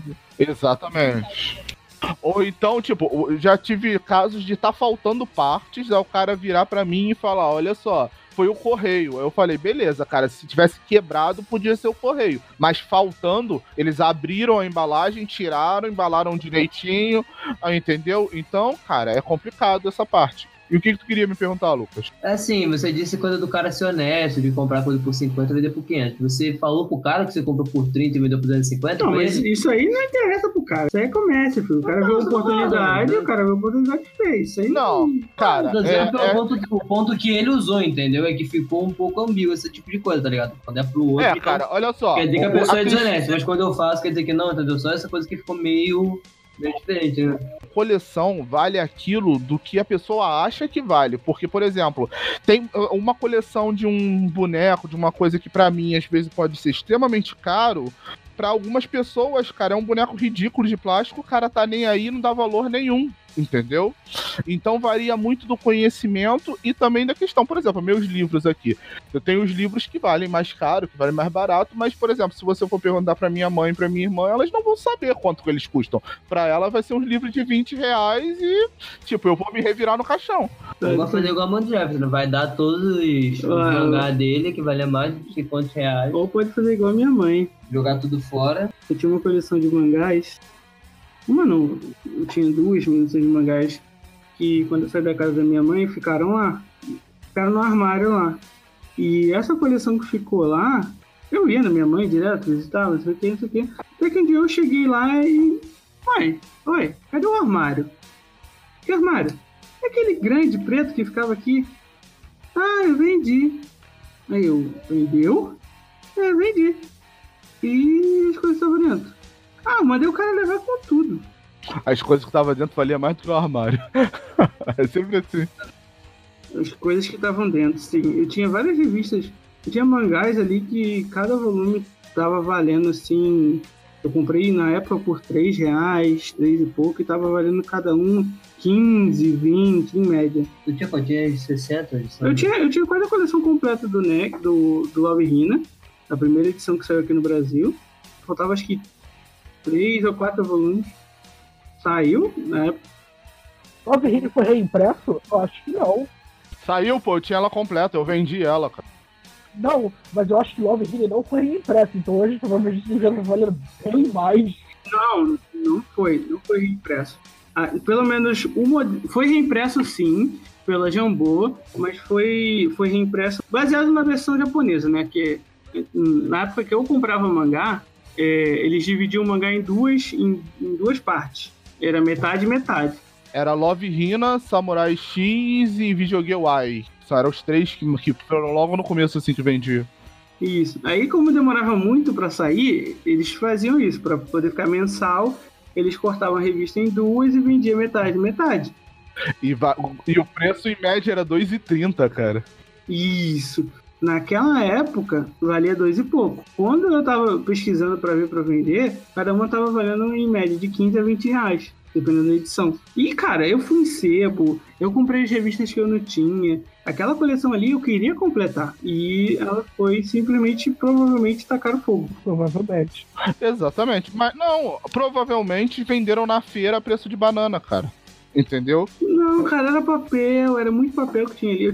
Exatamente. Ou então, tipo, já tive casos de estar faltando partes, aí o cara virar pra mim e falar, olha só, foi o correio. Eu falei, beleza, cara, se tivesse quebrado, podia ser o correio. Mas faltando, eles abriram a embalagem, tiraram, embalaram direitinho, entendeu? Então, cara, é complicado essa parte. E o que tu queria me perguntar, Lucas? Assim, você disse coisa do cara ser honesto, de comprar coisa por 50 e vender por 500. Você falou pro cara que você comprou por 30 e vendeu por 250? Não, mas isso aí não interessa pro cara. Isso aí é comércio, filho. O cara viu a oportunidade e o cara viu a oportunidade e fez. Isso aí não, cara. O ponto que ele usou, entendeu? É que ficou um pouco ambíguo esse tipo de coisa, tá ligado? Quando é pro outro. É, cara, olha só. Quer dizer que a pessoa é desonesta, mas quando eu faço, quer dizer que não, entendeu? Só essa coisa que ficou meio diferente, né? Coleção vale aquilo do que a pessoa acha que vale. Porque, por exemplo, tem uma coleção de um boneco, de uma coisa que pra mim às vezes pode ser extremamente caro. Pra algumas pessoas, cara, é um boneco ridículo de plástico, o cara tá nem aí, não dá valor nenhum. entendeu? Então varia muito do conhecimento e também da questão, por exemplo, meus livros aqui. Eu tenho os livros que valem mais caro, que valem mais barato, mas, por exemplo, se você for perguntar pra minha mãe e pra minha irmã, elas não vão saber quanto que eles custam. Pra ela vai ser uns livros de R$20 e, tipo, eu vou me revirar no caixão. Não vai fazer igual a Mano Jefferson, vai dar todos os mangá dele, que vale mais de quantos reais. Ou pode fazer igual a minha mãe. Jogar tudo fora. Eu tinha uma coleção de mangás. Uma não, eu tinha 2 coleções de mangás que quando eu saí da casa da minha mãe ficaram lá. Ficaram no armário lá. E essa coleção que ficou lá, eu ia na minha mãe direto, visitava, não sei o que, não sei o que. Até que um dia eu cheguei lá e... Oi, cadê o armário? Que armário? É aquele grande preto que ficava aqui. Ah, eu vendi. Aí eu, vendeu? É, vendi. E as coisas estavam dentro. Ah, mandei o cara levar com tudo. As coisas que estavam dentro valiam mais do que o armário. É sempre assim. As coisas que estavam dentro, sim. Eu tinha várias revistas. Eu tinha mangás ali que cada volume tava valendo, assim... Eu comprei na época por R$3, 3 e pouco, e tava valendo cada um 15, 20, em média. Tu tinha quanto? Tinha 60? Eu tinha quase a coleção completa do NEC, do Love Hina, a primeira edição que saiu aqui no Brasil. Faltava acho que 3 ou 4 volumes. Saiu na época. Love Hina foi reimpresso? Eu acho que não. Saiu, pô, eu tinha ela completa, eu vendi ela, cara. Não, mas eu acho que Love Hina não foi reimpresso, então hoje provavelmente já tá valendo bem mais. Não foi reimpresso. Pelo menos foi reimpresso sim, pela Jambô, mas foi reimpresso baseado na versão japonesa, né? Que na época que eu comprava mangá, eles dividiam o mangá em duas partes. Era metade e metade. Era Love Hina, Samurai X e Videogame Y. Só eram os 3 que foram logo no começo assim que vendia. Isso. Aí, como demorava muito pra sair, eles faziam isso. Pra poder ficar mensal, eles cortavam a revista em 2 e vendiam metade. E o preço em média era R$2,30, cara. Isso. Naquela época, valia 2 e pouco. Quando eu tava pesquisando pra ver pra vender, cada uma tava valendo em média de 15 a 20 reais, dependendo da edição. E, cara, eu fui em sebo, eu comprei as revistas que eu não tinha. Aquela coleção ali eu queria completar. E ela foi simplesmente, provavelmente, tacar fogo. Provavelmente. Exatamente. Mas não, provavelmente venderam na feira a preço de banana, cara. Entendeu? Não, cara, era papel, era muito papel que tinha ali.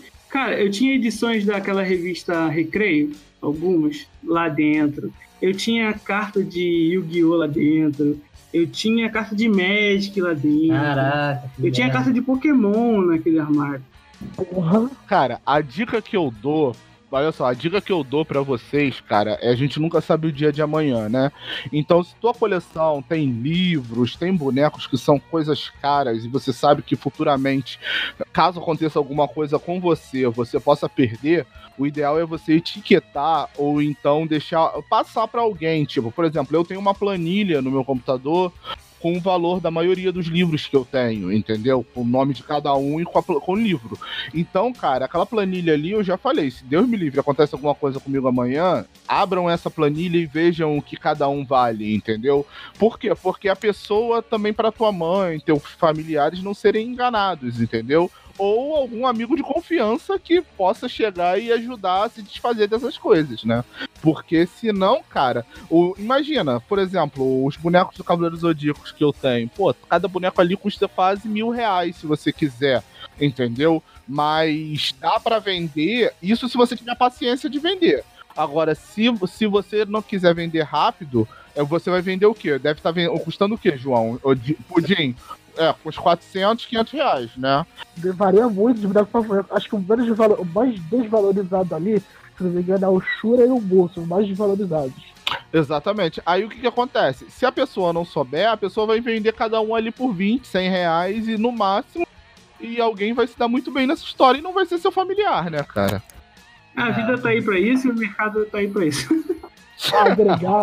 Eu tinha edições daquela revista Recreio, algumas, lá dentro. Eu tinha carta de Yu-Gi-Oh! Lá dentro. Eu tinha carta de Magic lá dentro. Caraca. Eu tinha carta de Pokémon naquele armário. Porra. Cara, a dica que eu dou... Olha só, a dica que eu dou pra vocês, cara, é a gente nunca sabe o dia de amanhã, né? Então, se tua coleção tem livros, tem bonecos que são coisas caras e você sabe que futuramente, caso aconteça alguma coisa com você, você possa perder, o ideal é você etiquetar ou então passar pra alguém. Tipo, por exemplo, eu tenho uma planilha no meu computador com o valor da maioria dos livros que eu tenho, entendeu? Com o nome de cada um e com o livro. Então, cara, aquela planilha ali, eu já falei, se Deus me livre, acontece alguma coisa comigo amanhã, abram essa planilha e vejam o que cada um vale, entendeu? Por quê? Porque a pessoa também, para tua mãe, teus familiares não serem enganados, entendeu? Ou algum amigo de confiança que possa chegar e ajudar a se desfazer dessas coisas, né? Porque senão, cara, imagina, por exemplo, os bonecos do Cavaleiro dos Zodíacos que eu tenho, pô, cada boneco ali custa quase R$1.000 se você quiser, entendeu? Mas dá pra vender, isso se você tiver paciência de vender. Agora, se você não quiser vender rápido, você vai vender o quê? Deve estar custando o quê, João? Pudim? Com uns 400, R$500, né? Varia muito de boneco pra boneco. Acho que o mais desvalorizado ali, se não me engano, é o Shura e o Bolso, os mais desvalorizados. Exatamente. Aí o que acontece? Se a pessoa não souber, a pessoa vai vender cada um ali por R$20, R$100 e no máximo, e alguém vai se dar muito bem nessa história e não vai ser seu familiar, né, cara? A vida tá aí pra isso e o mercado tá aí pra isso. Agregar,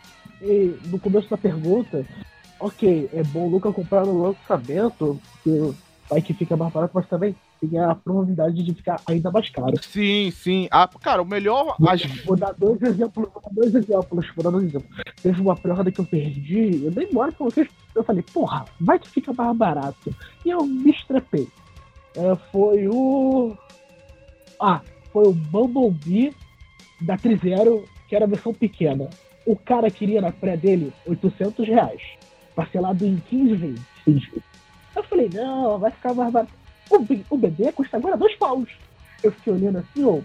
no começo da pergunta, ok, é bom nunca comprar no lançamento, porque vai que fica mais barato, mas também tem a probabilidade de ficar ainda mais caro. Sim. Cara, o melhor... Vou dar dois exemplos. Teve uma prova que eu perdi, eu dei mole pra vocês, eu falei, porra, vai que fica mais barato. E eu me estrepei. Foi o Bumblebee da Trizero, que era a versão pequena. O cara queria na pré dele R$800, parcelado em 15 vezes. Eu falei, não, vai ficar mais barato. O bebê custa agora 2 paus. Eu fiquei olhando assim,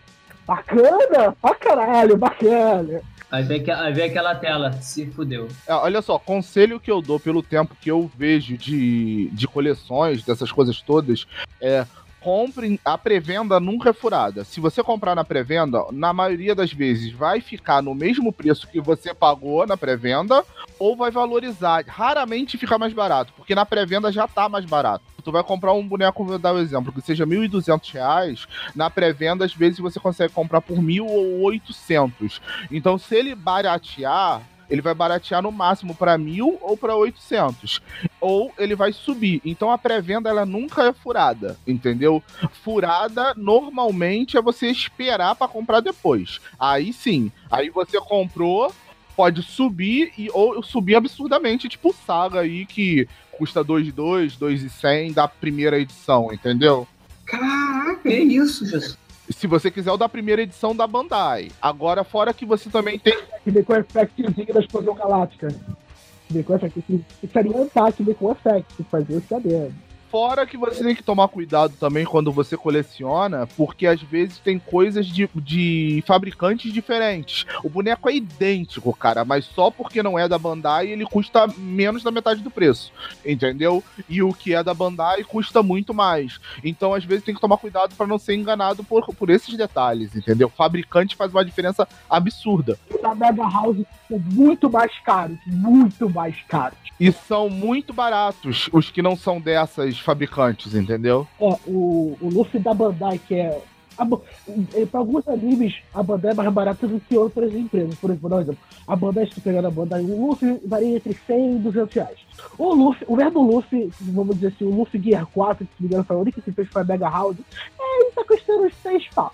bacana, pra caralho, bacana. Aí vem aquela tela, se fudeu. Olha só, conselho que eu dou pelo tempo que eu vejo de coleções, dessas coisas todas, comprem, a pré-venda nunca é furada. Se você comprar na pré-venda, na maioria das vezes vai ficar no mesmo preço que você pagou na pré-venda ou vai valorizar. Raramente fica mais barato, porque na pré-venda já tá mais barato. Tu vai comprar um boneco, vou dar um exemplo, que seja R$1.200, na pré-venda às vezes você consegue comprar por 1.000 ou 800. Então se ele baratear, ele vai baratear no máximo para 1.000 ou para 800. Ou ele vai subir. Então a pré-venda ela nunca é furada, entendeu? Furada normalmente é você esperar para comprar depois. Aí sim, aí você comprou, pode subir ou subir absurdamente, tipo Saga aí que custa 2.200, 2.100 da primeira edição, entendeu? Caraca, é isso, Jesus. Se você quiser o da primeira edição da Bandai. Agora, fora que você também tem... Que vem com o effectzinho da explosão galáctica. Que vem com o effect. Que seria um ataque, vem com o effect. Fazer o cadê? Fora que você tem que tomar cuidado também quando você coleciona, porque às vezes tem coisas de fabricantes diferentes. O boneco é idêntico, cara, mas só porque não é da Bandai ele custa menos da metade do preço, entendeu? E o que é da Bandai custa muito mais. Então, às vezes, tem que tomar cuidado para não ser enganado por esses detalhes, entendeu? O fabricante faz uma diferença absurda. Da Mega House são muito mais caros, muito mais caros. E são muito baratos os que não são dessas fabricantes, entendeu? O Luffy da Bandai, que é... Para alguns animes, a Bandai é mais barata do que outras empresas. Por exemplo, vou dar um exemplo. A Bandai, se tu pegar a Bandai, o Luffy varia entre 100 e 200 reais. O mesmo Luffy, vamos dizer assim, o Luffy Gear 4, que se me engano foi a única que fez foi a Mega House, ele tá custando uns 6 paus.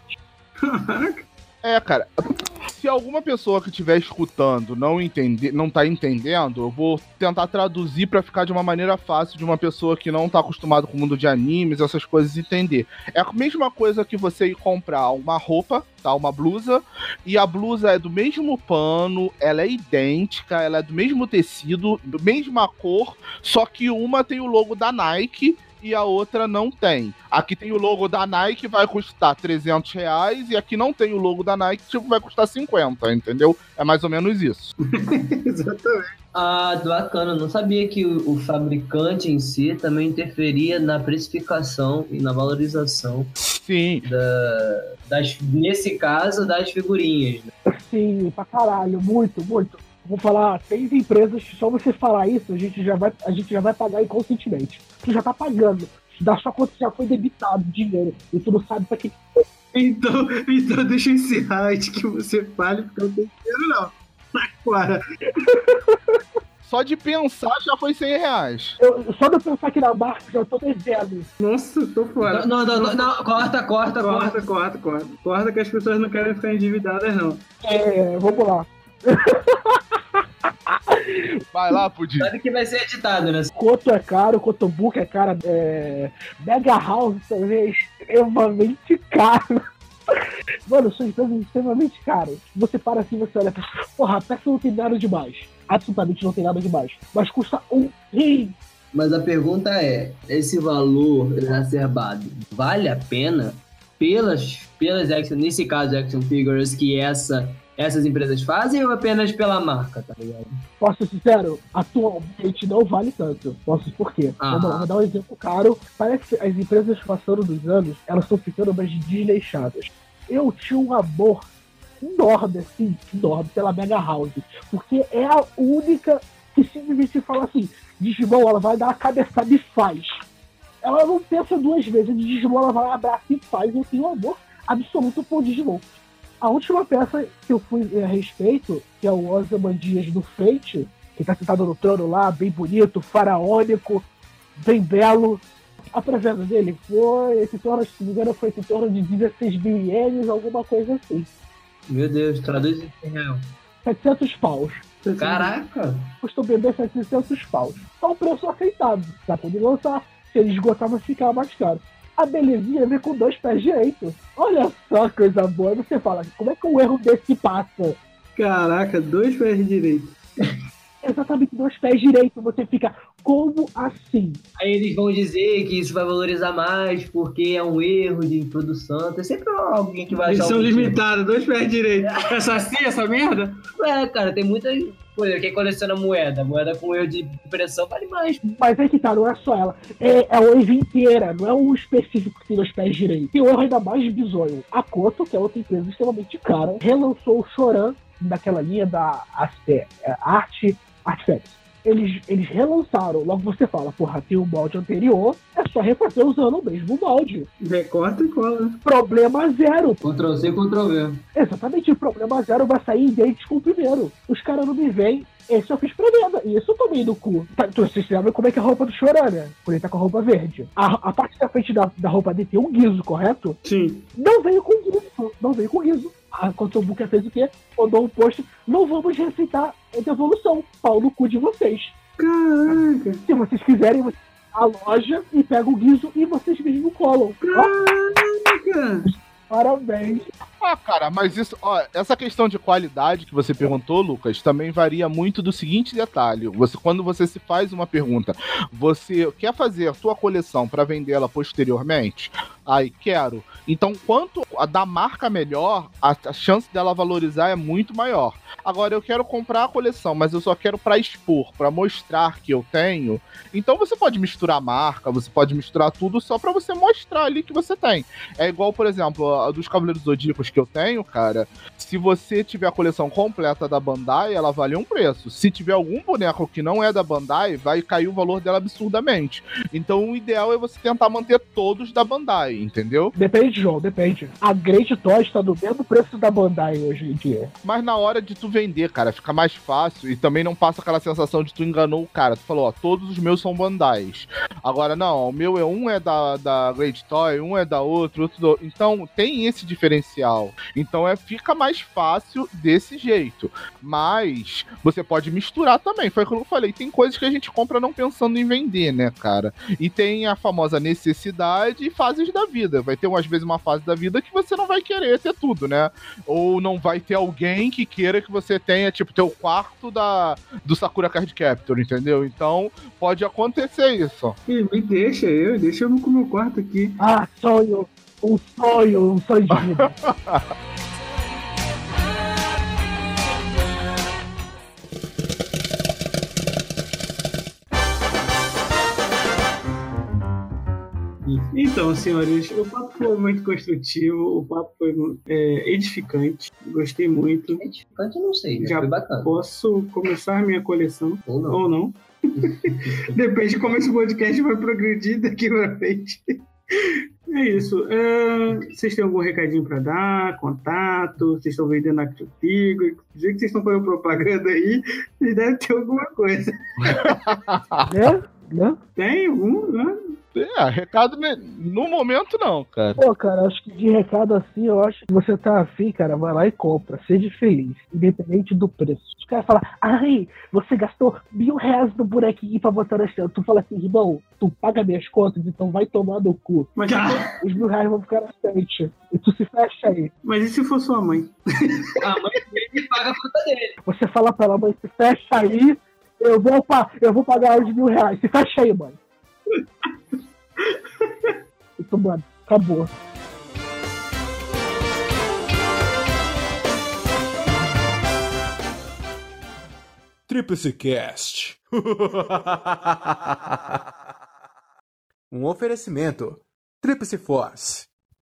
Cara, se alguma pessoa que estiver escutando não tá entendendo, eu vou tentar traduzir pra ficar de uma maneira fácil de uma pessoa que não tá acostumada com o mundo de animes, essas coisas, entender. É a mesma coisa que você ir comprar uma roupa, tá? Uma blusa, e a blusa é do mesmo pano, ela é idêntica, ela é do mesmo tecido, mesma cor, só que uma tem o logo da Nike e a outra não tem. Aqui tem o logo da Nike, vai custar R$300, e aqui não tem o logo da Nike, tipo, vai custar 50, entendeu? É mais ou menos isso. Exatamente. Ah, bacana. Eu não sabia que o fabricante em si também interferia na precificação e na valorização. Sim. Nesse caso, das figurinhas. Né? Sim, pra caralho, muito, muito. Vou falar, 6 empresas, só você falar isso, a gente já vai pagar inconscientemente. Tu já tá pagando. Da sua conta já foi debitado dinheiro. E tu não sabe pra que. Então deixa eu encerrar antes que você fale, porque eu não tenho dinheiro, não. Agora. Só de pensar já foi R$100. Só de eu pensar aqui na marca, já tô devendo. Nossa, tô fora. Não, corta. Corta que as pessoas não querem ficar endividadas, não. Vamos lá. Vai lá, Pudim. Sabe que vai ser editado, né? Koto é caro, Kotobuki é caro, Mega House também é extremamente caro. Mano, são empresas extremamente caras. Você para assim, você olha, porra, a peça não tem nada demais. Absolutamente não tem nada demais. Mas custa um rim. Mas a pergunta é, esse valor exacerbado vale a pena pelas action, nesse caso action figures que essas empresas fazem ou apenas pela marca, tá ligado? Posso ser sincero, atualmente não vale tanto. Posso por quê? Vamos lá, vou dar um exemplo caro. Parece que as empresas passando dos anos, elas estão ficando mais desleixadas. Eu tinha um amor enorme pela Mega House, porque é a única que simplesmente fala assim, Digimon, ela vai dar a cabeçada e faz. Ela não pensa duas vezes, de Digimon ela vai abraçar e faz. Eu tenho um amor absoluto por Digimon. A última peça que eu fui a respeito, que é o Ozymandias do Fate, que tá sentado no trono lá, bem bonito, faraônico, bem belo. A pré-venda dele foi, se não me engano, foi em torno de 16 mil ienes, alguma coisa assim. Meu Deus, traduz isso em real. 700 paus. Caraca! Custou bebê 700 paus. É um preço aceitável. Pra poder lançar, se ele esgotar, vai ficar mais caro. A belezinha vem com 2 pés direitos. Olha só que coisa boa. Aí você fala, como é que um erro desse passa? Caraca, 2 pés direitos. Exatamente 2 pés direitos. Você fica, como assim? Aí eles vão dizer que isso vai valorizar mais porque é um erro de produção. Tem sempre alguém que vai achar Edição um motivo. limitada, 2 pés direitos. É só assim essa merda? Cara, tem muita coisa. Quem coleciona moeda com erro de impressão vale mais. Mas é que tá, não é só ela. É a wave inteira, não é um específico que tem 2 pés direitos. Tem um erro ainda mais bizonho. A Koto, que é outra empresa extremamente cara, relançou o Choran daquela linha da Artifacts. Eles relançaram. Logo você fala, porra, tem um molde anterior, é só refazer usando o mesmo molde. Recorta e cola. Problema zero. Ctrl-C, Ctrl-V. Exatamente, o problema zero vai sair idêntico com o primeiro. Os caras não me veem. Esse eu fiz pré-venda. E isso eu tomei no cu. Vocês sabem como é que é a roupa do Choran, né? Por ele tá com a roupa verde. A parte da frente da roupa dele tem um guizo, correto? Sim. Não veio com guizo. Não veio com guizo. A Control Booker fez o quê? Mandou um post. Não vamos receitar a devolução. Pau no cu de vocês. Caraca. Se vocês quiserem, vocês vão à loja e pegam o guizo e vocês mesmos colam. Caraca. Parabéns. Cara, mas isso, essa questão de qualidade que você perguntou, Lucas, também varia muito do seguinte detalhe. Quando você se faz uma pergunta, você quer fazer a sua coleção para vendê-la posteriormente? Aí, quero. Então, quanto a da marca melhor, a chance dela valorizar é muito maior. Agora, eu quero comprar a coleção, mas eu só quero para expor, para mostrar que eu tenho. Então, você pode misturar marca, você pode misturar tudo só para você mostrar ali que você tem. É igual, por exemplo, a dos Cavaleiros Zodíacos que eu tenho, cara. Se você tiver a coleção completa da Bandai, ela vale um preço. Se tiver algum boneco que não é da Bandai, vai cair o valor dela absurdamente. Então, o ideal é você tentar manter todos da Bandai, entendeu? Depende, João, depende. A Great Toys tá no mesmo preço da Bandai hoje em dia. Mas na hora de tu vender, cara, fica mais fácil e também não passa aquela sensação de tu enganou o cara. Tu falou, todos os meus são Bandais. Agora, não, o meu é da Great Toy, um é da outro. Então, tem esse diferencial. Então, fica mais fácil desse jeito. Mas você pode misturar também. Foi aquilo que eu falei. Tem coisas que a gente compra não pensando em vender, né, cara? E tem a famosa necessidade e fases da vida. Vai ter, às vezes, uma fase da vida que você não vai querer ter tudo, né? Ou não vai ter alguém que queira que você tenha, tipo, teu quarto do Sakura Card Captor, entendeu? Então, pode acontecer isso. Me deixa eu no meu quarto aqui. Sonho. Um sonho de vida. Então, senhores, o papo foi muito construtivo, o papo foi edificante, gostei muito. Edificante eu não sei, já foi bacana. Posso começar minha coleção ou não. Depende de como esse podcast vai progredir daqui pra frente. É isso. Vocês têm algum recadinho pra dar? Contato? Vocês estão vendendo Action Figure? Do jeito que vocês estão fazendo propaganda aí, vocês devem ter alguma coisa. Né? Tem algum, né? Recado no momento não, cara. Pô, cara, acho que de recado assim, eu acho que você tá afim, cara, vai lá e compra. Seja feliz, independente do preço. Os caras falam, você gastou R$1.000 no bonequinho pra botar na chão. Tu fala assim, irmão, tu paga minhas contas, então vai tomar no cu. Mas os R$1.000 vão ficar na frente. E tu se fecha aí. Mas e se for sua mãe? A mãe dele paga a conta dele. Você fala pra ela, mãe, se fecha aí, eu vou pagar os R$1.000. Se fecha aí, mãe. Então, mano, acabou. Tríplice Cast. Um oferecimento. Tríplice Force.